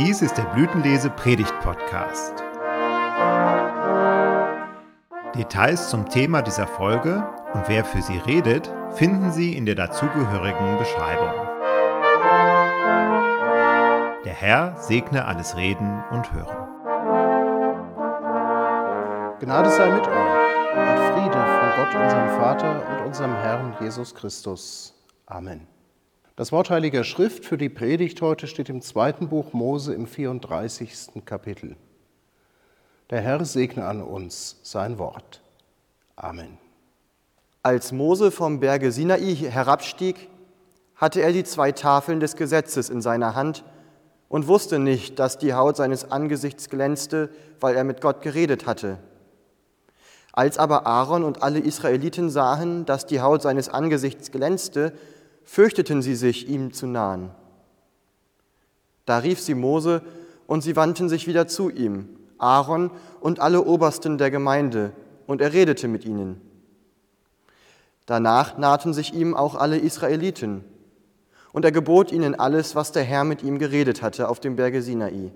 Dies ist der Blütenlese-Predigt-Podcast. Details zum Thema dieser Folge und wer für sie redet, finden Sie in der dazugehörigen Beschreibung. Der Herr segne alles Reden und Hören. Gnade sei mit euch und Friede von Gott, unserem Vater und unserem Herrn Jesus Christus. Amen. Das Wort Heiliger Schrift für die Predigt heute steht im 2. Buch Mose im 34. Kapitel. Der Herr segne an uns sein Wort. Amen. Als Mose vom Berge Sinai herabstieg, hatte er die 2 Tafeln des Gesetzes in seiner Hand und wusste nicht, dass die Haut seines Angesichts glänzte, weil er mit Gott geredet hatte. Als aber Aaron und alle Israeliten sahen, dass die Haut seines Angesichts glänzte, fürchteten sie sich, ihm zu nahen. Da rief sie Mose, und sie wandten sich wieder zu ihm, Aaron und alle Obersten der Gemeinde, und er redete mit ihnen. Danach nahten sich ihm auch alle Israeliten, und er gebot ihnen alles, was der Herr mit ihm geredet hatte auf dem Berge Sinai.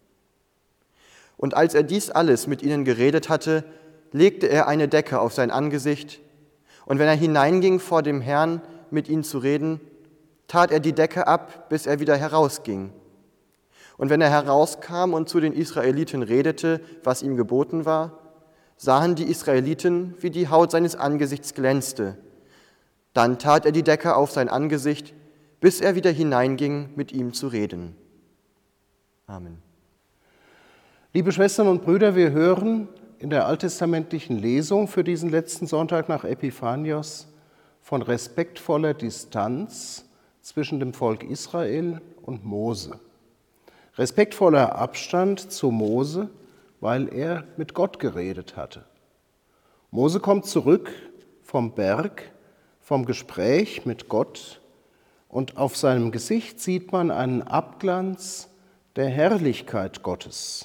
Und als er dies alles mit ihnen geredet hatte, legte er eine Decke auf sein Angesicht, und wenn er hineinging vor dem Herrn, mit ihnen zu reden, tat er die Decke ab, bis er wieder herausging. Und wenn er herauskam und zu den Israeliten redete, was ihm geboten war, sahen die Israeliten, wie die Haut seines Angesichts glänzte. Dann tat er die Decke auf sein Angesicht, bis er wieder hineinging, mit ihm zu reden. Amen. Liebe Schwestern und Brüder, wir hören in der alttestamentlichen Lesung für diesen letzten Sonntag nach Epiphanios von respektvoller Distanz zwischen dem Volk Israel und Mose. Respektvoller Abstand zu Mose, weil er mit Gott geredet hatte. Mose kommt zurück vom Berg, vom Gespräch mit Gott, und auf seinem Gesicht sieht man einen Abglanz der Herrlichkeit Gottes.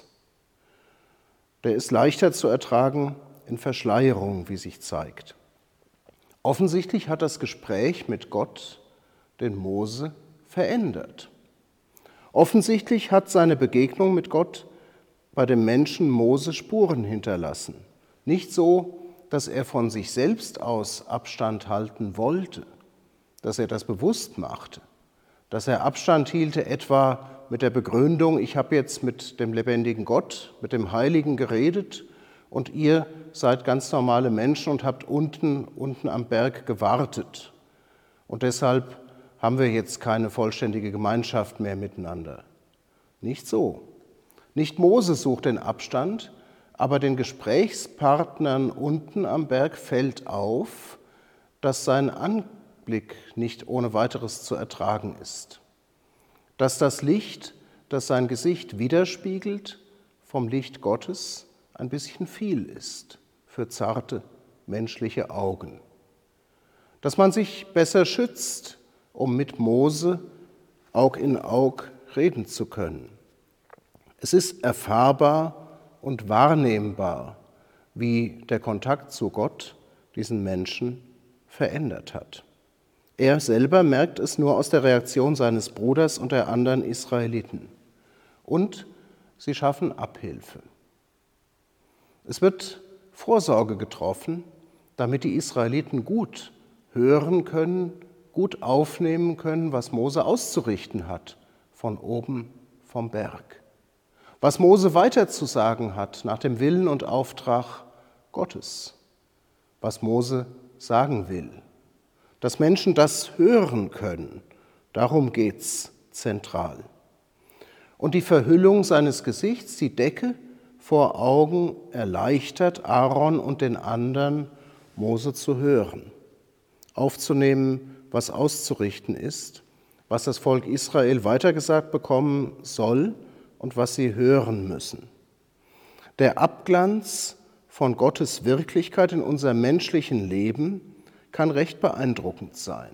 Der ist leichter zu ertragen in Verschleierung, wie sich zeigt. Offensichtlich hat das Gespräch mit Gott den Mose verändert. Offensichtlich hat seine Begegnung mit Gott bei dem Menschen Mose Spuren hinterlassen. Nicht so, dass er von sich selbst aus Abstand halten wollte, dass er das bewusst machte, dass er Abstand hielte etwa mit der Begründung, ich habe jetzt mit dem lebendigen Gott, mit dem Heiligen geredet und ihr seid ganz normale Menschen und habt unten am Berg gewartet. Und deshalb haben wir jetzt keine vollständige Gemeinschaft mehr miteinander. Nicht so. Nicht Mose sucht den Abstand, aber den Gesprächspartnern unten am Berg fällt auf, dass sein Anblick nicht ohne weiteres zu ertragen ist. Dass das Licht, das sein Gesicht widerspiegelt, vom Licht Gottes ein bisschen viel ist für zarte menschliche Augen. Dass man sich besser schützt, um mit Mose Aug in Aug reden zu können. Es ist erfahrbar und wahrnehmbar, wie der Kontakt zu Gott diesen Menschen verändert hat. Er selber merkt es nur aus der Reaktion seines Bruders und der anderen Israeliten. Und sie schaffen Abhilfe. Es wird Vorsorge getroffen, damit die Israeliten gut hören können, gut aufnehmen können, was Mose auszurichten hat, von oben vom Berg. Was Mose weiterzusagen hat nach dem Willen und Auftrag Gottes. Was Mose sagen will. Dass Menschen das hören können, darum geht's zentral. Und die Verhüllung seines Gesichts, die Decke vor Augen, erleichtert Aaron und den anderen, Mose zu hören, aufzunehmen, was auszurichten ist, was das Volk Israel weitergesagt bekommen soll und was sie hören müssen. Der Abglanz von Gottes Wirklichkeit in unserem menschlichen Leben kann recht beeindruckend sein.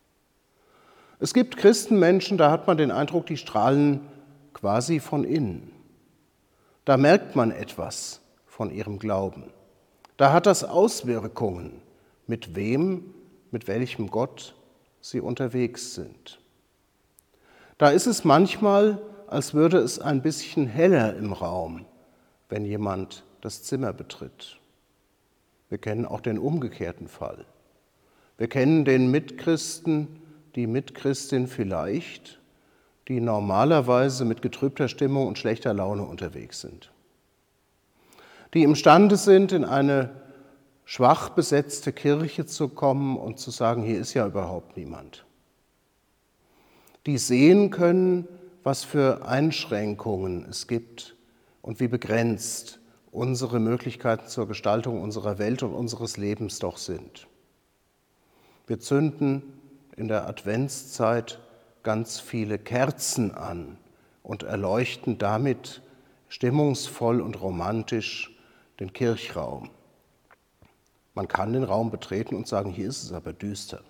Es gibt Christenmenschen, da hat man den Eindruck, die strahlen quasi von innen. Da merkt man etwas von ihrem Glauben. Da hat das Auswirkungen, mit wem, mit welchem Gott sie unterwegs sind. Da ist es manchmal als würde es ein bisschen heller im Raum, wenn jemand das Zimmer betritt. Wir kennen auch den umgekehrten Fall. Wir kennen den Mitchristen, die Mitchristin vielleicht, die normalerweise mit getrübter Stimmung und schlechter Laune unterwegs sind. Die imstande sind, in eine schwach besetzte Kirche zu kommen und zu sagen, hier ist ja überhaupt niemand. Die sehen können, was für Einschränkungen es gibt und wie begrenzt unsere Möglichkeiten zur Gestaltung unserer Welt und unseres Lebens doch sind. Wir zünden in der Adventszeit ganz viele Kerzen an und erleuchten damit stimmungsvoll und romantisch den Kirchraum. Man kann den Raum betreten und sagen, hier ist es aber düster.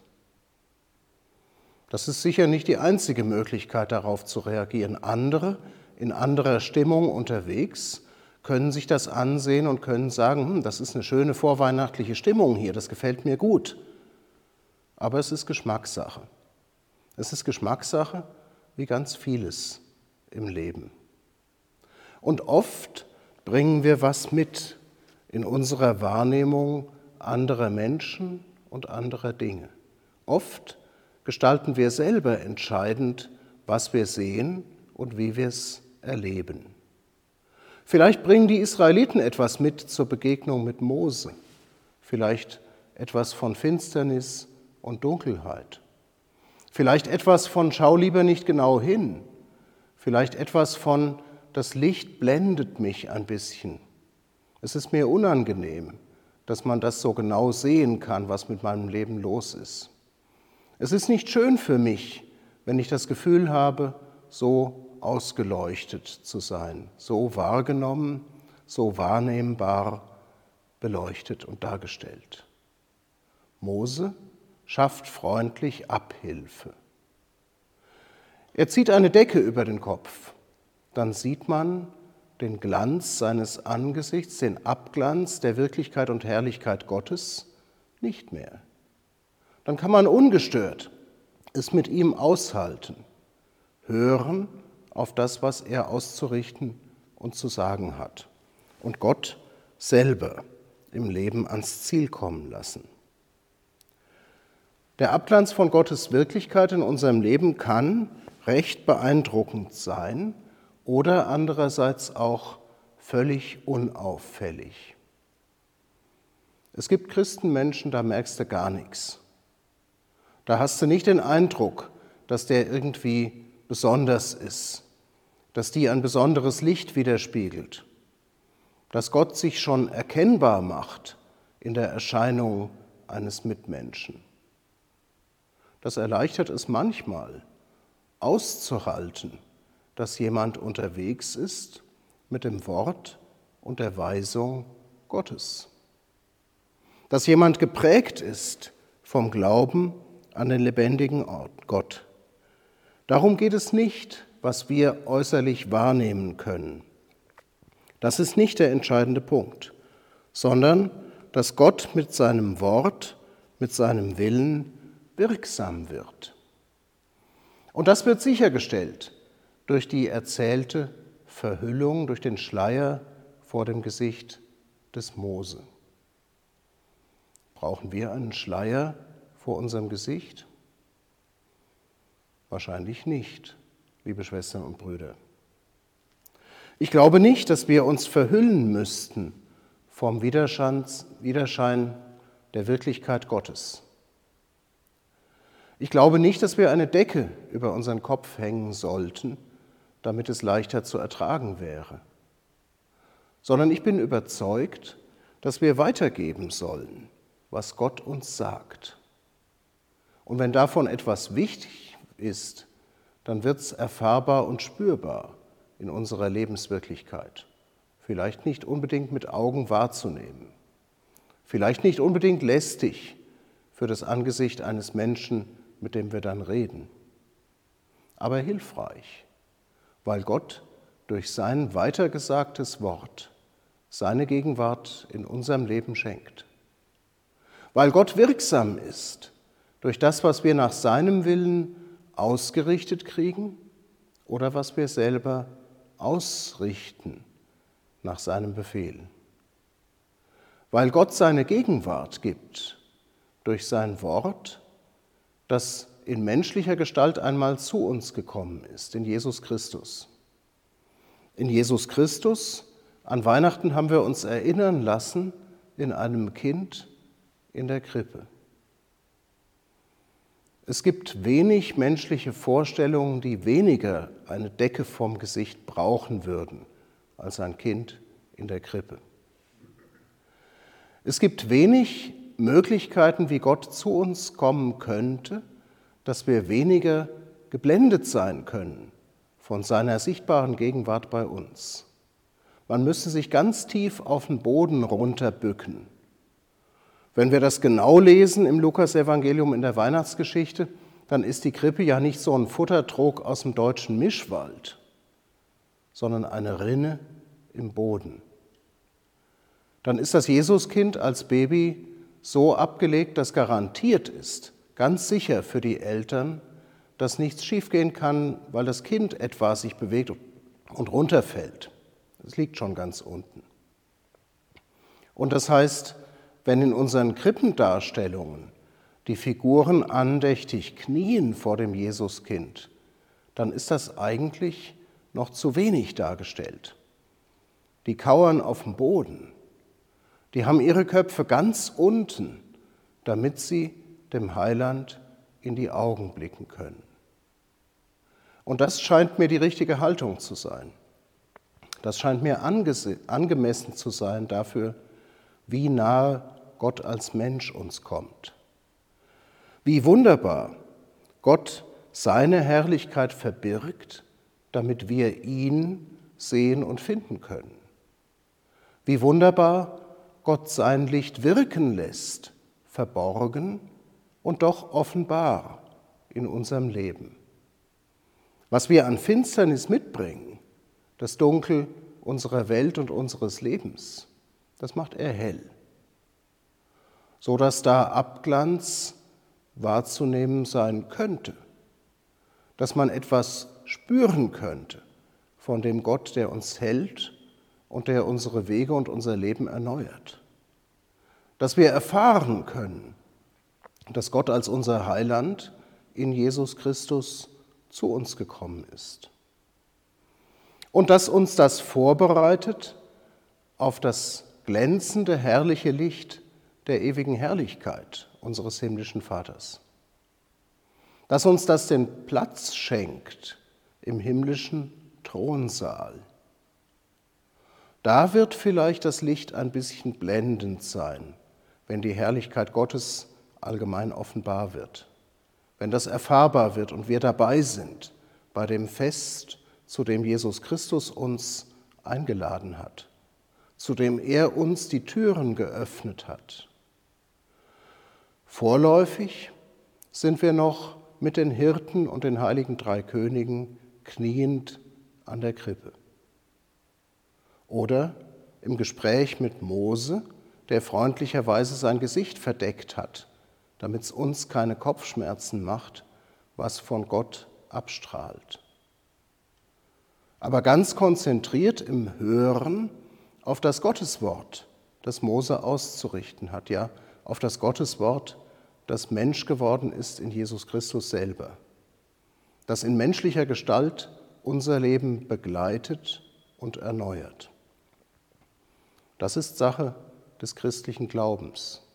Das ist sicher nicht die einzige Möglichkeit, darauf zu reagieren. Andere, in anderer Stimmung unterwegs, können sich das ansehen und können sagen, das ist eine schöne vorweihnachtliche Stimmung hier, das gefällt mir gut. Aber es ist Geschmackssache. Es ist Geschmackssache wie ganz vieles im Leben. Und oft bringen wir was mit in unserer Wahrnehmung anderer Menschen und anderer Dinge. Oft gestalten wir selber entscheidend, was wir sehen und wie wir es erleben. Vielleicht bringen die Israeliten etwas mit zur Begegnung mit Mose, vielleicht etwas von Finsternis und Dunkelheit, vielleicht etwas von schau lieber nicht genau hin, vielleicht etwas von das Licht blendet mich ein bisschen. Es ist mir unangenehm, dass man das so genau sehen kann, was mit meinem Leben los ist. Es ist nicht schön für mich, wenn ich das Gefühl habe, so ausgeleuchtet zu sein, so wahrgenommen, so wahrnehmbar, beleuchtet und dargestellt. Mose schafft freundlich Abhilfe. Er zieht eine Decke über den Kopf, dann sieht man den Glanz seines Angesichts, den Abglanz der Wirklichkeit und Herrlichkeit Gottes nicht mehr. Dann kann man ungestört es mit ihm aushalten, hören auf das, was er auszurichten und zu sagen hat und Gott selber im Leben ans Ziel kommen lassen. Der Abglanz von Gottes Wirklichkeit in unserem Leben kann recht beeindruckend sein oder andererseits auch völlig unauffällig. Es gibt Christenmenschen, da merkst du gar nichts. Da hast du nicht den Eindruck, dass der irgendwie besonders ist, dass die ein besonderes Licht widerspiegelt, dass Gott sich schon erkennbar macht in der Erscheinung eines Mitmenschen. Das erleichtert es manchmal, auszuhalten, dass jemand unterwegs ist mit dem Wort und der Weisung Gottes. Dass jemand geprägt ist vom Glauben an den lebendigen Gott. Darum geht es nicht, was wir äußerlich wahrnehmen können. Das ist nicht der entscheidende Punkt, sondern dass Gott mit seinem Wort, mit seinem Willen wirksam wird. Und das wird sichergestellt durch die erzählte Verhüllung, durch den Schleier vor dem Gesicht des Mose. Brauchen wir einen Schleier vor unserem Gesicht? Wahrscheinlich nicht, liebe Schwestern und Brüder. Ich glaube nicht, dass wir uns verhüllen müssten vom Widerschein der Wirklichkeit Gottes. Ich glaube nicht, dass wir eine Decke über unseren Kopf hängen sollten, damit es leichter zu ertragen wäre, sondern ich bin überzeugt, dass wir weitergeben sollen, was Gott uns sagt. Und wenn davon etwas wichtig ist, dann wird es erfahrbar und spürbar in unserer Lebenswirklichkeit. Vielleicht nicht unbedingt mit Augen wahrzunehmen, vielleicht nicht unbedingt lästig für das Angesicht eines Menschen, mit dem wir dann reden, aber hilfreich, weil Gott durch sein weitergesagtes Wort seine Gegenwart in unserem Leben schenkt. Weil Gott wirksam ist durch das, was wir nach seinem Willen ausgerichtet kriegen oder was wir selber ausrichten nach seinem Befehl. Weil Gott seine Gegenwart gibt durch sein Wort, das in menschlicher Gestalt einmal zu uns gekommen ist, in Jesus Christus. In Jesus Christus, an Weihnachten haben wir uns erinnern lassen, in einem Kind in der Krippe. Es gibt wenig menschliche Vorstellungen, die weniger eine Decke vom Gesicht brauchen würden als ein Kind in der Krippe. Es gibt wenig Möglichkeiten, wie Gott zu uns kommen könnte, dass wir weniger geblendet sein können von seiner sichtbaren Gegenwart bei uns. Man müsste sich ganz tief auf den Boden runterbücken. Wenn wir das genau lesen im Lukasevangelium in der Weihnachtsgeschichte, dann ist die Krippe ja nicht so ein Futtertrog aus dem deutschen Mischwald, sondern eine Rinne im Boden. Dann ist das Jesuskind als Baby so abgelegt, dass garantiert ist, ganz sicher für die Eltern, dass nichts schiefgehen kann, weil das Kind etwa sich bewegt und runterfällt. Es liegt schon ganz unten. Und das heißt, wenn in unseren Krippendarstellungen die Figuren andächtig knien vor dem Jesuskind, dann ist das eigentlich noch zu wenig dargestellt. Die kauern auf dem Boden. Die haben ihre Köpfe ganz unten, damit sie dem Heiland in die Augen blicken können. Und das scheint mir die richtige Haltung zu sein. Das scheint mir angemessen zu sein dafür, wie nahe Gott als Mensch uns kommt. Wie wunderbar Gott seine Herrlichkeit verbirgt, damit wir ihn sehen und finden können. Wie wunderbar Gott sein Licht wirken lässt, verborgen und doch offenbar in unserem Leben. Was wir an Finsternis mitbringen, das Dunkel unserer Welt und unseres Lebens, das macht er hell, so dass da Abglanz wahrzunehmen sein könnte, dass man etwas spüren könnte von dem Gott, der uns hält und der unsere Wege und unser Leben erneuert. Dass wir erfahren können, dass Gott als unser Heiland in Jesus Christus zu uns gekommen ist. Und dass uns das vorbereitet auf das glänzende, herrliche Licht der ewigen Herrlichkeit unseres himmlischen Vaters. Dass uns das den Platz schenkt im himmlischen Thronsaal. Da wird vielleicht das Licht ein bisschen blendend sein, wenn die Herrlichkeit Gottes allgemein offenbar wird, wenn das erfahrbar wird und wir dabei sind bei dem Fest, zu dem Jesus Christus uns eingeladen hat, zu dem er uns die Türen geöffnet hat. Vorläufig sind wir noch mit den Hirten und den heiligen drei Königen kniend an der Krippe. Oder im Gespräch mit Mose, der freundlicherweise sein Gesicht verdeckt hat, damit es uns keine Kopfschmerzen macht, was von Gott abstrahlt. Aber ganz konzentriert im Hören auf das Gotteswort, das Mose auszurichten hat, ja, auf das Gotteswort, das Mensch geworden ist in Jesus Christus selber, das in menschlicher Gestalt unser Leben begleitet und erneuert. Das ist Sache des christlichen Glaubens.